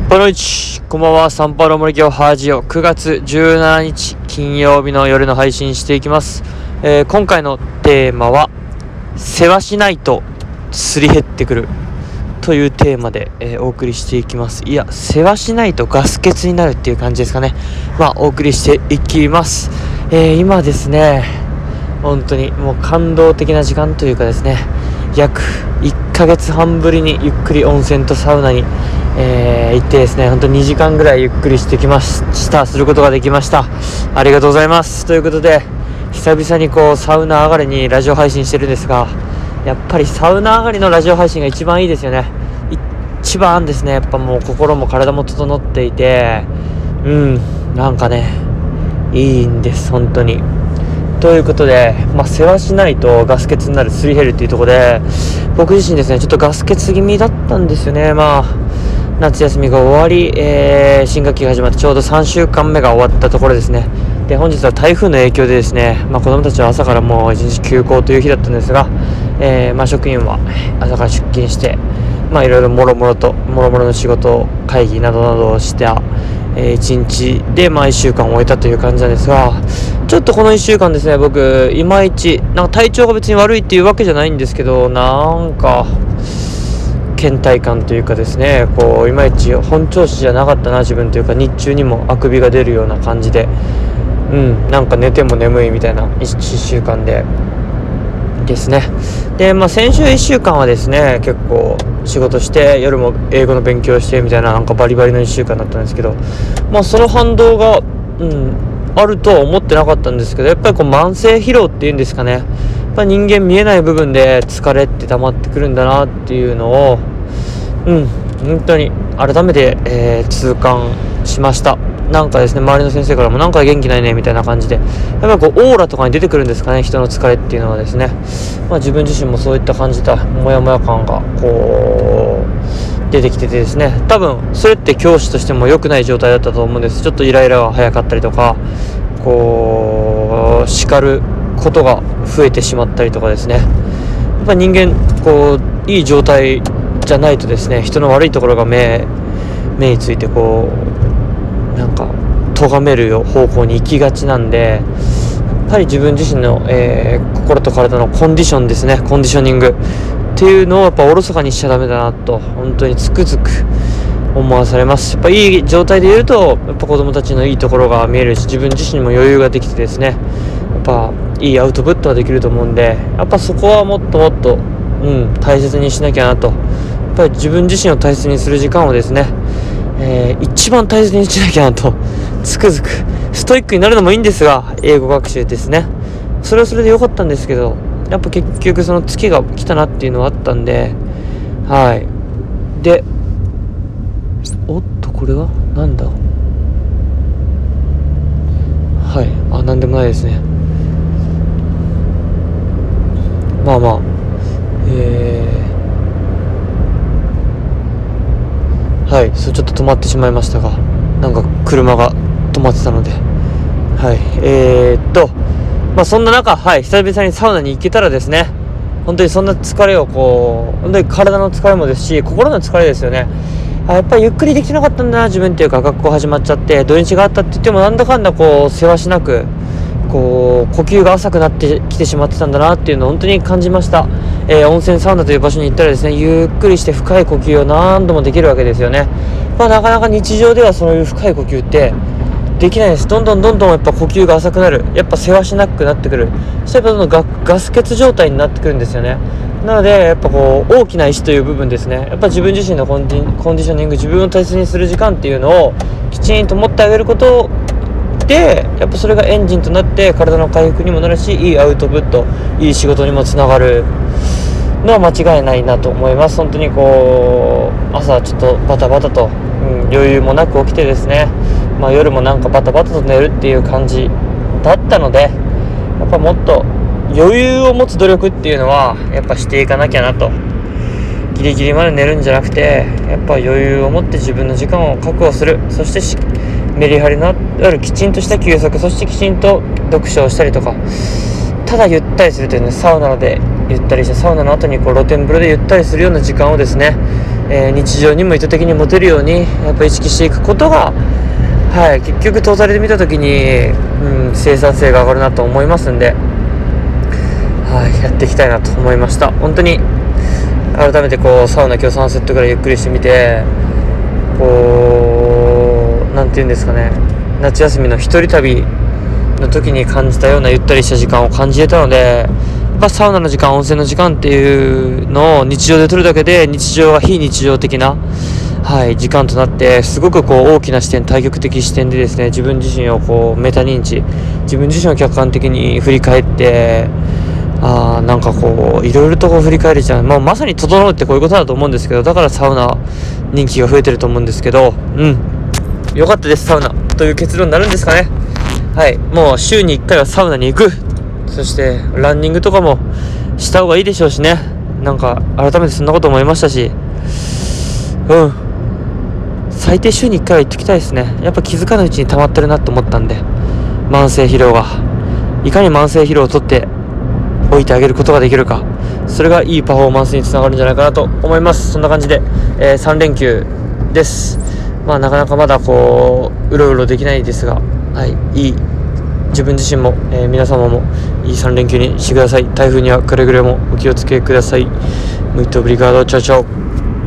ボロイチ、こんばんは。サンパウロ森京ハージオ9月17日金曜日の夜の配信していきます。今回のテーマは世話しないとすり減ってくるというテーマで、お送りしていきます。いや、世話しないとガス欠になるっていう感じですかね。お送りしていきます。今ですね、本当にもう感動的な時間というかですね、約1ヶ月半ぶりにゆっくり温泉とサウナに、行ってですね、本当に2時間ぐらいゆっくりしてきました。することができました。ありがとうございます。ということで、久々にサウナ上がりにラジオ配信してるんですが、やっぱりサウナ上がりのラジオ配信が一番いいですよね。一番ですね、やっぱもう心も体も整っていて、なんかね、いいんです、本当に。ということで、世話しないとガス欠になる、すり減るっていうところで、僕自身ですね、ちょっとガス欠気味だったんですよね。夏休みが終わり、新学期が始まってちょうど3週間目が終わったところですね。で、本日は台風の影響でですね、子供たちは朝からもう一日休校という日だったんですが、職員は朝から出勤して、いろいろもろもろの仕事、会議などなどをした、一日で1週間を終えたという感じなんですが、ちょっとこの1週間ですね、僕いまいち体調が別に悪いっていうわけじゃないんですけど、倦怠感というかですね、いまいち本調子じゃなかったな自分というか、日中にもあくびが出るような感じで、寝ても眠いみたいな1週間でですね。で、先週1週間はですね、結構仕事して夜も英語の勉強してみたいな、バリバリの1週間だったんですけど、その反動があるとは思ってなかったんですけど、やっぱり慢性疲労っていうんですかね、やっぱ人間見えない部分で疲れって溜まってくるんだなっていうのを本当に改めて、痛感しました。ですね、周りの先生からも元気ないねみたいな感じで、やっぱりオーラとかに出てくるんですかね、人の疲れっていうのはですね。自分自身もそういった感じたモヤモヤ感が出てきててですね、多分それって教師としても良くない状態だったと思うんです。ちょっとイライラが早かったりとか、叱ることが増えてしまったりとかですね、やっぱ人間いい状態じゃないとですね、人の悪いところが目について咎める方向に行きがちなんで、やっぱり自分自身の、心と体のコンディションですね、コンディショニングっていうのをやっぱおろそかにしちゃダメだなと本当につくづく思わされます。やっぱいい状態でいると、やっぱ子供たちのいいところが見えるし、自分自身にも余裕ができてですね、やっぱいいアウトプットができると思うんで、やっぱそこはもっともっと大切にしなきゃなと。やっぱり自分自身を大切にする時間をですね、一番大切にしなきゃなとつくづく。ストイックになるのもいいんですが、英語学習ですね、それはそれで良かったんですけど、やっぱ結局その月が来たなっていうのはあったんで、で、これはなんだ、なんでもないですね。ちょっと止まってしまいましたが、車が止まってたので、そんな中、久々にサウナに行けたらですね、本当にそんな疲れを本当に体の疲れもですし、心の疲れですよね。やっぱりゆっくりできてなかったんだな自分っていうか、学校始まっちゃって土日があったって言ってもなんだかんだせわしなく呼吸が浅くなってきてしまってたんだなっていうのを本当に感じました。温泉サウナという場所に行ったらですね、ゆっくりして深い呼吸を何度もできるわけですよね。なかなか日常ではそういう深い呼吸ってできないです。どんどんやっぱ呼吸が浅くなる、やっぱ世話しなくなってくる、そしてどんどんガス欠状態になってくるんですよね。なのでやっぱ大きな意志という部分ですね、やっぱ自分自身のコンディショニング、自分を大切にする時間っていうのをきちんと持ってあげることで、やっぱそれがエンジンとなって体の回復にもなるし、いいアウトプット、いい仕事にもつながるのは間違いないなと思います。本当に朝ちょっとバタバタと、余裕もなく起きてですね、夜もバタバタと寝るっていう感じだったので、やっぱもっと余裕を持つ努力っていうのはやっぱしていかなきゃなと。ギリギリまで寝るんじゃなくて、やっぱ余裕を持って自分の時間を確保する、そしてメリハリのあるきちんとした休息、そしてきちんと読書をしたりとか、ただゆったりするというね、サウナでゆったりして、サウナの後に露天風呂でゆったりするような時間をですね、 日常にも意図的に持てるようにやっぱ意識していくことが、はい、結局トータルで見た時に、生産性が上がるなと思いますんで、はい、やっていきたいなと思いました。本当に改めてこうサウナ今日3セットぐらいゆっくりしてみて、こうなんていうんですかね、夏休みの一人旅の時に感じたようなゆったりした時間を感じれたので、やっぱサウナの時間、温泉の時間っていうのを日常で取るだけで日常が非日常的な、はい、時間となって、すごくこう大きな視点、対極的視点でですね、自分自身をこうメタ認知、自分自身を客観的に振り返って、なんかこういろいろとこう振り返れちゃう、まさに整うってこういうことだと思うんですけど、だからサウナ人気が増えてると思うんですけど、よかったです、サウナという結論になるんですかね。はい、もう週に1回はサウナに行く、そしてランニングとかもした方がいいでしょうしね。なんか改めてそんなこと思いましたし、最低週に1回は行ってきたいですね。やっぱ気づかぬうちに溜まってるなと思ったんで、慢性疲労がいかに慢性疲労を取っておいてあげることができるか、それがいいパフォーマンスにつながるんじゃないかなと思います。そんな感じで、3連休です。なかなかまだこううろうろできないですが、はい、いい自分自身も、皆様もいい3連休にしてください。台風にはくれぐれもお気をつけください。Muito obrigado. Tchau, tchau.